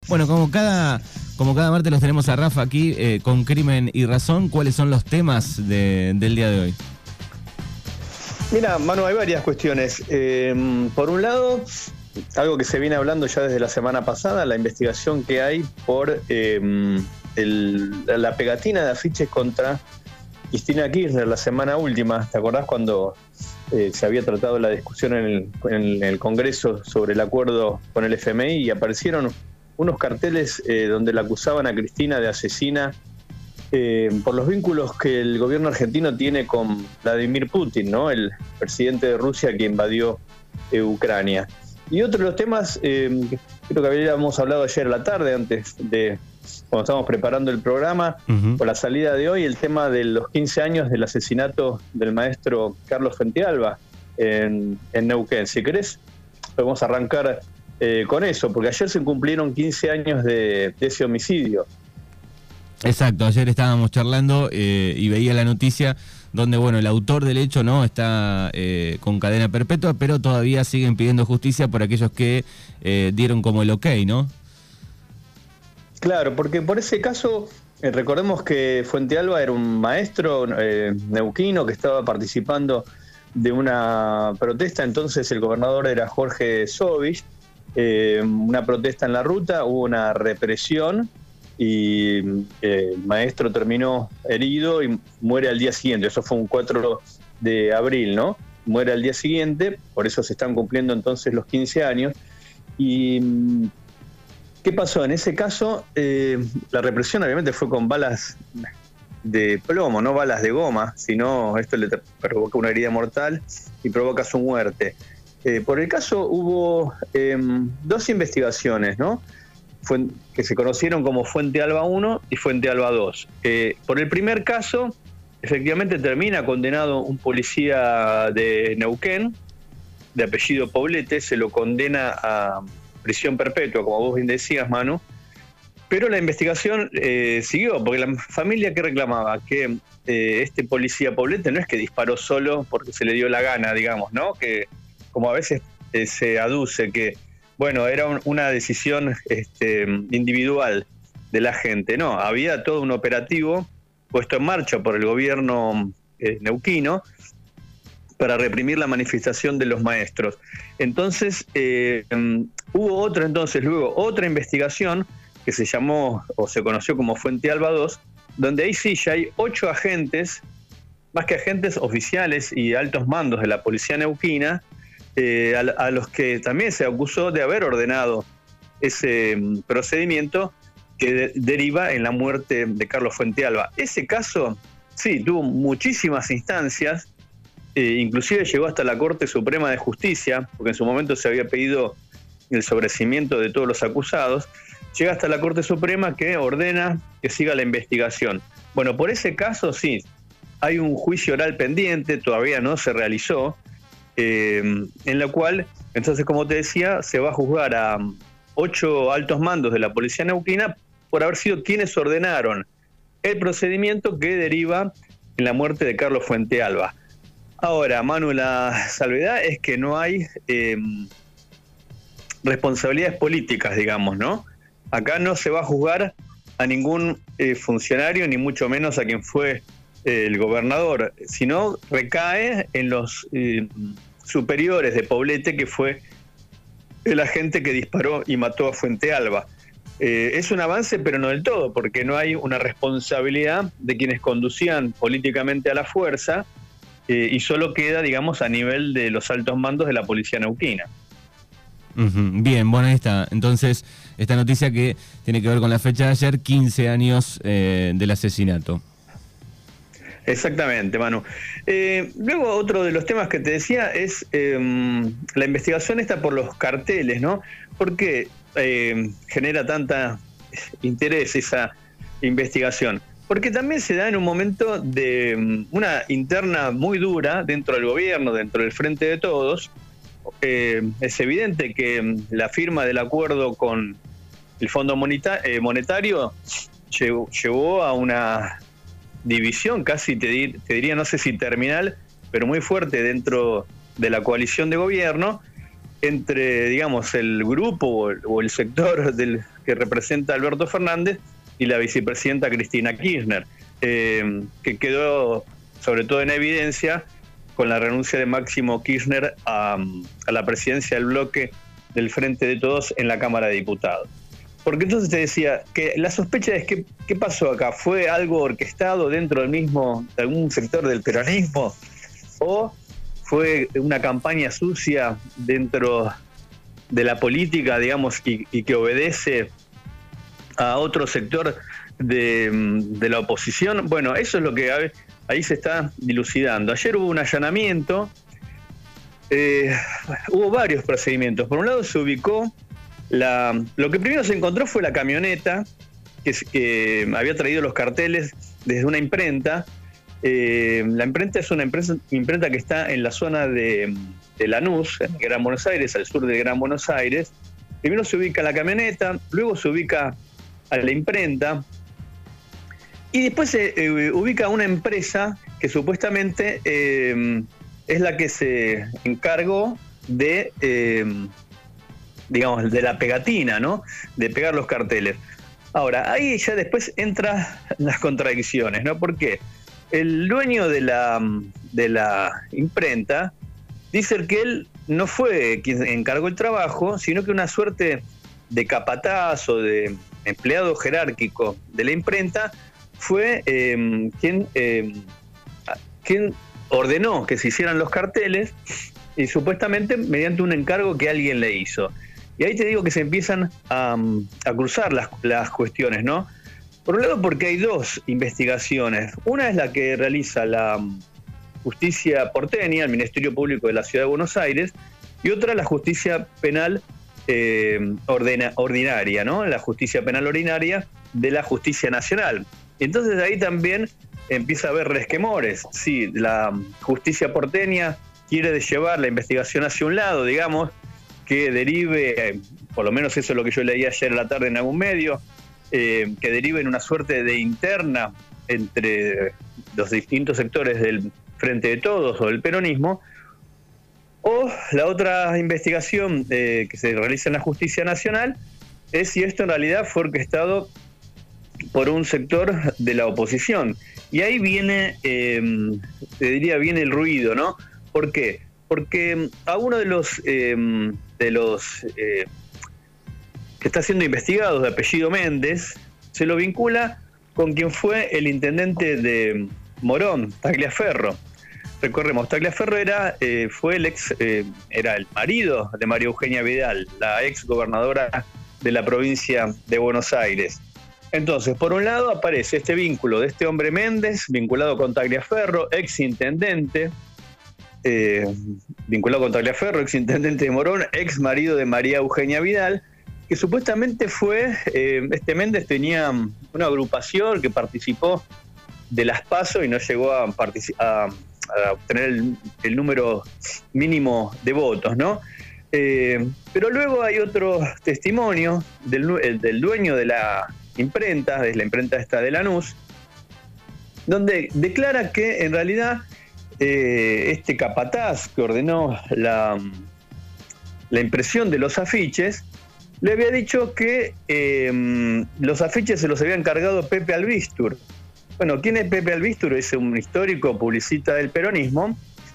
Bueno, como cada martes los tenemos a Rafa aquí con Crimen y Razón. ¿Cuáles son los temas del día de hoy? Mira, Manu, hay varias cuestiones. Por un lado, algo que se viene hablando ya desde la semana pasada, la investigación que hay por la pegatina de afiches contra Cristina Kirchner la semana última. ¿Te acordás cuando se había tratado la discusión en el Congreso sobre el acuerdo con el FMI y aparecieron unos carteles donde la acusaban a Cristina de asesina por los vínculos que el gobierno argentino tiene con Vladimir Putin, ¿no? El presidente de Rusia que invadió Ucrania. Y otro de los temas, creo que habíamos hablado ayer a la tarde, antes de cuando estábamos preparando el programa, por la salida de hoy, el tema de los 15 años del asesinato del maestro Carlos Fuentealba en Neuquén. Si querés, podemos arrancar con eso, porque ayer se cumplieron 15 años de ese homicidio. Exacto, ayer estábamos charlando y veía la noticia donde, bueno, el autor del hecho no está con cadena perpetua, pero todavía siguen pidiendo justicia por aquellos que dieron como el ok, ¿no? Claro, porque por ese caso, recordemos que Fuentealba era un maestro neuquino que estaba participando de una protesta, entonces el gobernador era Jorge Sovich, una protesta en la ruta, hubo una represión y el maestro terminó herido y muere al día siguiente. Eso fue un 4 de abril, ¿no? Muere al día siguiente, por eso se están cumpliendo entonces los 15 años. Y ¿qué pasó? En ese caso, la represión obviamente fue con balas de plomo, no balas de goma, sino esto le provoca una herida mortal y provoca su muerte. Por el caso hubo 2 investigaciones, ¿no? Que se conocieron como Fuentealba 1 y Fuentealba 2. Por el primer caso, efectivamente termina condenado un policía de Neuquén, de apellido Poblete, se lo condena a prisión perpetua, como vos bien decías, Manu, pero la investigación siguió, porque la familia que reclamaba que este policía Poblete no es que disparó solo porque se le dio la gana, digamos, ¿no? Que como a veces se aduce que bueno, era una decisión individual de la gente. No, había todo un operativo puesto en marcha por el gobierno neuquino para reprimir la manifestación de los maestros. Entonces, hubo luego otra investigación que se llamó o se conoció como Fuentealba 2, donde ahí sí ya hay 8 agentes, más que agentes oficiales y altos mandos de la policía neuquina, a los que también se acusó de haber ordenado ese procedimiento que deriva en la muerte de Carlos Fuentealba. Ese caso, sí, tuvo muchísimas instancias, inclusive llegó hasta la Corte Suprema de Justicia, porque en su momento se había pedido el sobreseimiento de todos los acusados, llega hasta la Corte Suprema que ordena que siga la investigación. Bueno, por ese caso, sí, hay un juicio oral pendiente, todavía no se realizó, en la cual, entonces, como te decía, se va a juzgar a 8 altos mandos de la policía neuquina por haber sido quienes ordenaron el procedimiento que deriva en la muerte de Carlos Fuentealba. Ahora, Manu, la salvedad es que no hay responsabilidades políticas, digamos, ¿no? Acá no se va a juzgar a ningún funcionario, ni mucho menos a quien fue el gobernador, sino recae en los superiores de Poblete, que fue el agente que disparó y mató a Fuentealba. Es un avance, pero no del todo, porque no hay una responsabilidad de quienes conducían políticamente a la fuerza, y solo queda, digamos, a nivel de los altos mandos de la policía neuquina. Bien, bueno, ahí está. Entonces, esta noticia que tiene que ver con la fecha de ayer, 15 años del asesinato. Exactamente, Manu. Luego otro de los temas que te decía es la investigación esta por los carteles, ¿no? ¿Por qué genera tanta interés esa investigación? Porque también se da en un momento de una interna muy dura dentro del gobierno, dentro del Frente de Todos. Es evidente que la firma del acuerdo con el Fondo Monetario llevó a una división casi, te diría, no sé si terminal, pero muy fuerte dentro de la coalición de gobierno, entre, digamos, el grupo o el sector que representa a Alberto Fernández y la vicepresidenta Cristina Kirchner, que quedó sobre todo en evidencia con la renuncia de Máximo Kirchner a la presidencia del bloque del Frente de Todos en la Cámara de Diputados. Porque entonces te decía que la sospecha es que, ¿qué pasó acá? ¿Fue algo orquestado dentro de algún sector del peronismo? ¿O fue una campaña sucia dentro de la política, digamos, y que obedece a otro sector de la oposición? Bueno, eso es lo que ahí se está dilucidando. Ayer hubo un allanamiento, hubo varios procedimientos. Por un lado se ubicó, lo que primero se encontró fue la camioneta que había traído los carteles desde una imprenta. La imprenta es una imprenta que está en la zona de Lanús, en Gran Buenos Aires, al sur de Gran Buenos Aires. Primero se ubica la camioneta, luego se ubica a la imprenta y después se ubica una empresa que supuestamente es la que se encargó de, digamos, de la pegatina, ¿no? De pegar los carteles. Ahora, ahí ya después entran las contradicciones, ¿no? ¿Por qué? El dueño de la imprenta dice que él no fue quien encargó el trabajo, sino que una suerte de capataz o de empleado jerárquico de la imprenta fue quien ordenó que se hicieran los carteles y supuestamente mediante un encargo que alguien le hizo. Y ahí te digo que se empiezan a cruzar las cuestiones, ¿no? Por un lado, porque hay dos investigaciones. Una es la que realiza la Justicia porteña, el Ministerio Público de la Ciudad de Buenos Aires, y otra la Justicia Penal ordinaria, ¿no? La Justicia Penal ordinaria de la Justicia Nacional. Entonces ahí también empieza a haber resquemores. Sí, la Justicia porteña quiere llevar la investigación hacia un lado, digamos, que derive, por lo menos eso es lo que yo leí ayer a la tarde en algún medio, que derive en una suerte de interna entre los distintos sectores del Frente de Todos o del peronismo, o la otra investigación que se realiza en la Justicia Nacional es si esto en realidad fue orquestado por un sector de la oposición. Y ahí viene, te diría, viene el ruido, ¿no? ¿Por qué? Porque a uno de los que está siendo investigado, de apellido Méndez, se lo vincula con quien fue el intendente de Morón, Tagliaferro. Recordemos, Tagliaferro era el marido de María Eugenia Vidal, la ex gobernadora de la provincia de Buenos Aires. Entonces, por un lado aparece este vínculo de este hombre Méndez, vinculado con Tagliaferro, ex intendente, vinculado con Tagliaferro, ex intendente de Morón, ex marido de María Eugenia Vidal, que supuestamente fue, este Méndez tenía una agrupación que participó de las PASO y no llegó a obtener el número mínimo de votos, ¿no? Pero luego hay otro testimonio del dueño de la imprenta esta de Lanús, donde declara que en realidad este capataz que ordenó la impresión de los afiches le había dicho que los afiches se los había encargado Pepe Albistur. Bueno, ¿quién es Pepe Albistur? Es un histórico publicista del peronismo,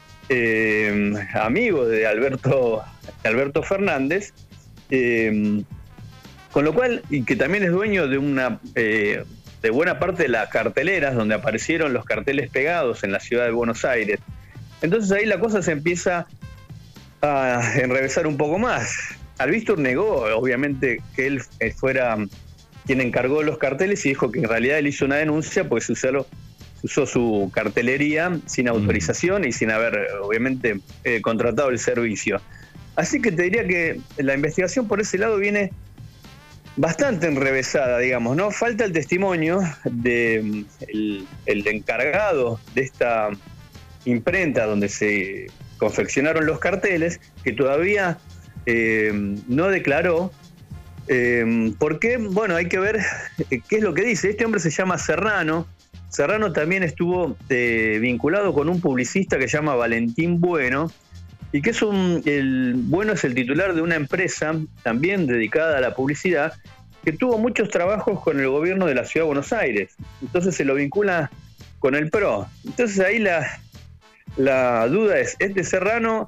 amigo de Alberto Fernández, con lo cual, y que también es dueño de de buena parte de las carteleras donde aparecieron los carteles pegados en la ciudad de Buenos Aires. Entonces ahí la cosa se empieza a enrevesar un poco más. Albistur negó, obviamente, que él fuera quien encargó los carteles y dijo que en realidad él hizo una denuncia porque se usó su cartelería sin autorización y sin haber, obviamente, contratado el servicio. Así que te diría que la investigación por ese lado viene bastante enrevesada, digamos, ¿no? Falta el testimonio de el encargado de esta imprenta donde se confeccionaron los carteles, que todavía no declaró. Porque, bueno, hay que ver qué es lo que dice. Este hombre se llama Serrano. Serrano también estuvo vinculado con un publicista que se llama Valentín Bueno, y que es es el titular de una empresa también dedicada a la publicidad, que tuvo muchos trabajos con el gobierno de la Ciudad de Buenos Aires. Entonces se lo vincula con el PRO. Entonces ahí la duda es, ¿este Serrano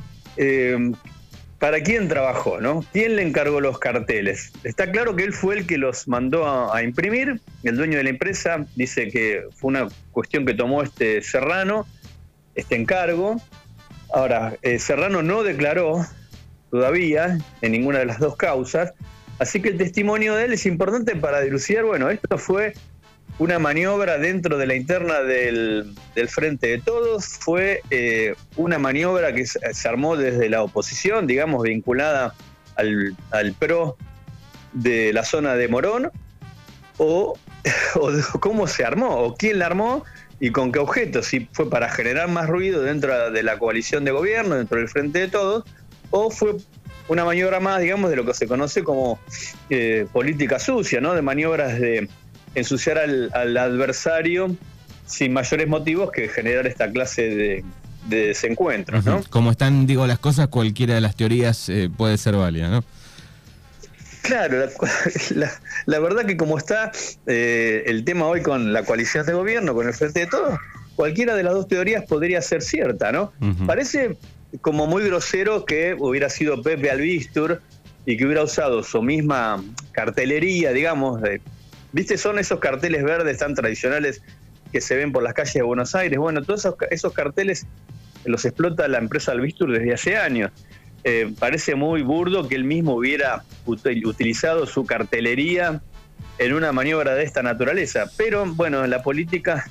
para quién trabajó, ¿no? ¿Quién le encargó los carteles? Está claro que él fue el que los mandó a imprimir. El dueño de la empresa dice que fue una cuestión que tomó este Serrano, este encargo. Ahora, Serrano no declaró todavía en ninguna de las dos causas, así que el testimonio de él es importante para dilucidar, bueno, esto fue una maniobra dentro de la interna del Frente de Todos, fue una maniobra que se armó desde la oposición, digamos, vinculada al PRO de la zona de Morón, o cómo se armó, o quién la armó, y con qué objeto, si fue para generar más ruido dentro de la coalición de gobierno, dentro del Frente de Todos, o fue una maniobra más, digamos, de lo que se conoce como política sucia, ¿no? De maniobras de ensuciar al adversario sin mayores motivos que generar esta clase de desencuentros, ¿no? Como están, digo, las cosas, cualquiera de las teorías puede ser válida, ¿no? Claro, la verdad que como está el tema hoy con la coalición de gobierno, con el Frente de Todos, cualquiera de las dos teorías podría ser cierta, ¿no? Parece como muy grosero que hubiera sido Pepe Albistur y que hubiera usado su misma cartelería, digamos, ¿viste? Son esos carteles verdes tan tradicionales que se ven por las calles de Buenos Aires. Bueno, todos esos carteles los explota la empresa Albistur desde hace años. Parece muy burdo que él mismo hubiera utilizado su cartelería en una maniobra de esta naturaleza. Pero bueno, en la política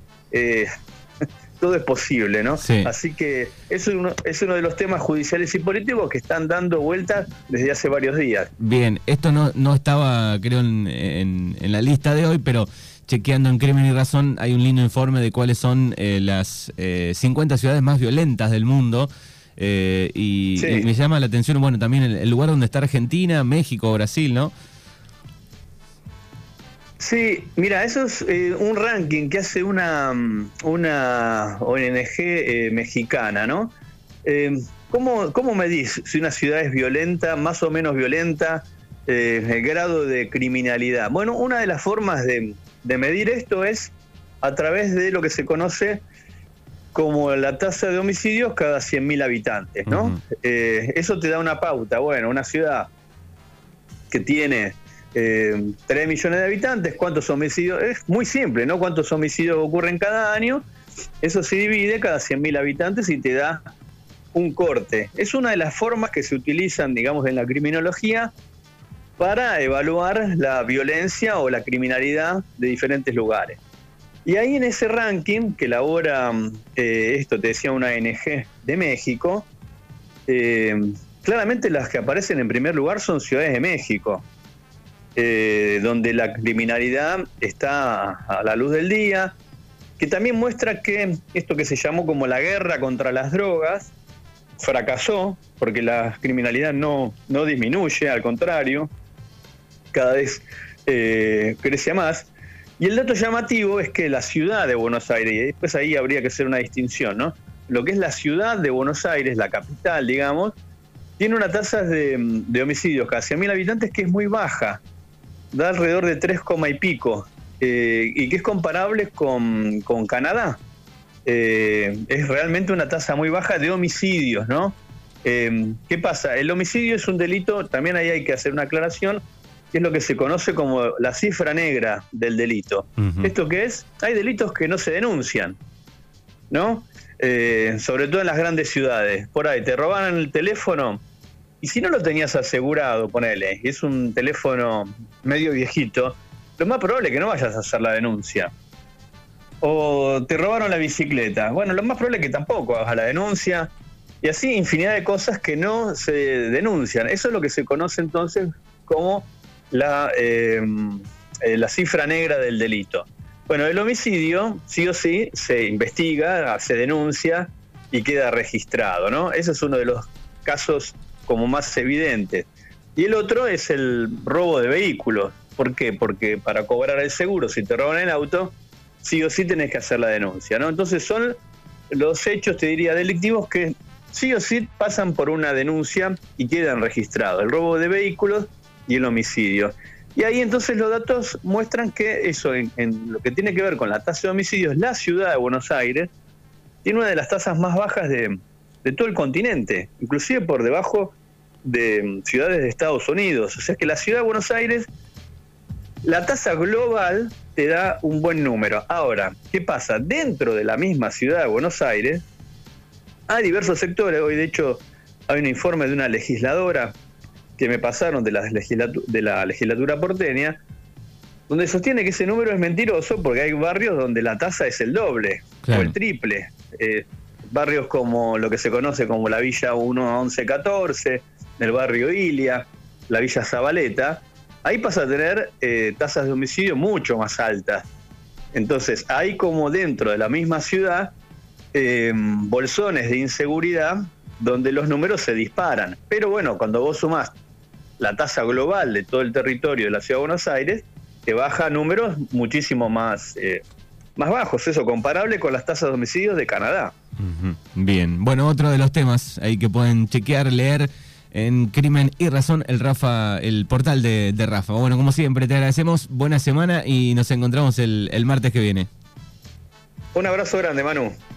todo es posible, ¿no? Sí. Así que es uno de los temas judiciales y políticos que están dando vueltas desde hace varios días. Bien, esto no estaba, creo, en la lista de hoy, pero chequeando en Crimen y Razón hay un lindo informe de cuáles son las 50 ciudades más violentas del mundo. Y me llama la atención, bueno, también el lugar donde está Argentina, México, Brasil, ¿no? Sí, mira, eso es un ranking que hace una ONG mexicana, ¿no? ¿Cómo medís si una ciudad es violenta, más o menos violenta, el grado de criminalidad? Bueno, una de las formas de medir esto es a través de lo que se conoce como la tasa de homicidios cada 100.000 habitantes, ¿no? Eso te da una pauta. Bueno, una ciudad que tiene 3 millones de habitantes, ¿cuántos homicidios? Es muy simple, ¿no? ¿Cuántos homicidios ocurren cada año? Eso se divide cada 100.000 habitantes y te da un corte. Es una de las formas que se utilizan, digamos, en la criminología para evaluar la violencia o la criminalidad de diferentes lugares. Y ahí en ese ranking que elabora, esto te decía, una ONG de México, claramente las que aparecen en primer lugar son ciudades de México, donde la criminalidad está a la luz del día, que también muestra que esto que se llamó como la guerra contra las drogas fracasó, porque la criminalidad no disminuye, al contrario, cada vez crece más. Y el dato llamativo es que la ciudad de Buenos Aires, y después ahí habría que hacer una distinción, ¿no? Lo que es la ciudad de Buenos Aires, la capital, digamos, tiene una tasa de homicidios cada 100.000 habitantes que es muy baja, da alrededor de 3, y pico, y que es comparable con Canadá. Es realmente una tasa muy baja de homicidios, ¿no? ¿Qué pasa? El homicidio es un delito, también ahí hay que hacer una aclaración, que es lo que se conoce como la cifra negra del delito. ¿Esto qué es? Hay delitos que no se denuncian, ¿no? Sobre todo en las grandes ciudades. Por ahí te roban el teléfono y si no lo tenías asegurado, ponele, y es un teléfono medio viejito, lo más probable es que no vayas a hacer la denuncia. O te robaron la bicicleta. Bueno, lo más probable es que tampoco hagas la denuncia. Y así infinidad de cosas que no se denuncian. Eso es lo que se conoce entonces como la cifra negra del delito. Bueno, el homicidio, sí o sí, se investiga, se denuncia y queda registrado, ¿no? Ese es uno de los casos como más evidentes. Y el otro es el robo de vehículos. ¿Por qué? Porque para cobrar el seguro, si te roban el auto, sí o sí tenés que hacer la denuncia, ¿no? Entonces son los hechos, te diría, delictivos que sí o sí pasan por una denuncia y quedan registrados, el robo de vehículos y el homicidio. Y ahí entonces los datos muestran que eso, en lo que tiene que ver con la tasa de homicidios, la ciudad de Buenos Aires tiene una de las tasas más bajas de todo el continente, inclusive por debajo de ciudades de Estados Unidos. O sea que la ciudad de Buenos Aires, la tasa global te da un buen número. Ahora, ¿qué pasa? Dentro de la misma ciudad de Buenos Aires hay diversos sectores. Hoy, de hecho, hay un informe de una legisladora que me pasaron de la legislatura porteña, donde sostiene que ese número es mentiroso porque hay barrios donde la tasa es el doble, claro, o el triple. Barrios como lo que se conoce como la Villa 1-11-14, el barrio Ilia, la Villa Zabaleta, ahí pasa a tener tasas de homicidio mucho más altas. Entonces, hay como dentro de la misma ciudad bolsones de inseguridad donde los números se disparan. Pero bueno, cuando vos sumás la tasa global de todo el territorio de la Ciudad de Buenos Aires, te baja a números muchísimo más bajos, eso comparable con las tasas de homicidios de Canadá. Bien, bueno, otro de los temas ahí que pueden chequear, leer en Crimen y Razón, el portal de Rafa. Bueno, como siempre, te agradecemos, buena semana y nos encontramos el martes que viene. Un abrazo grande, Manu.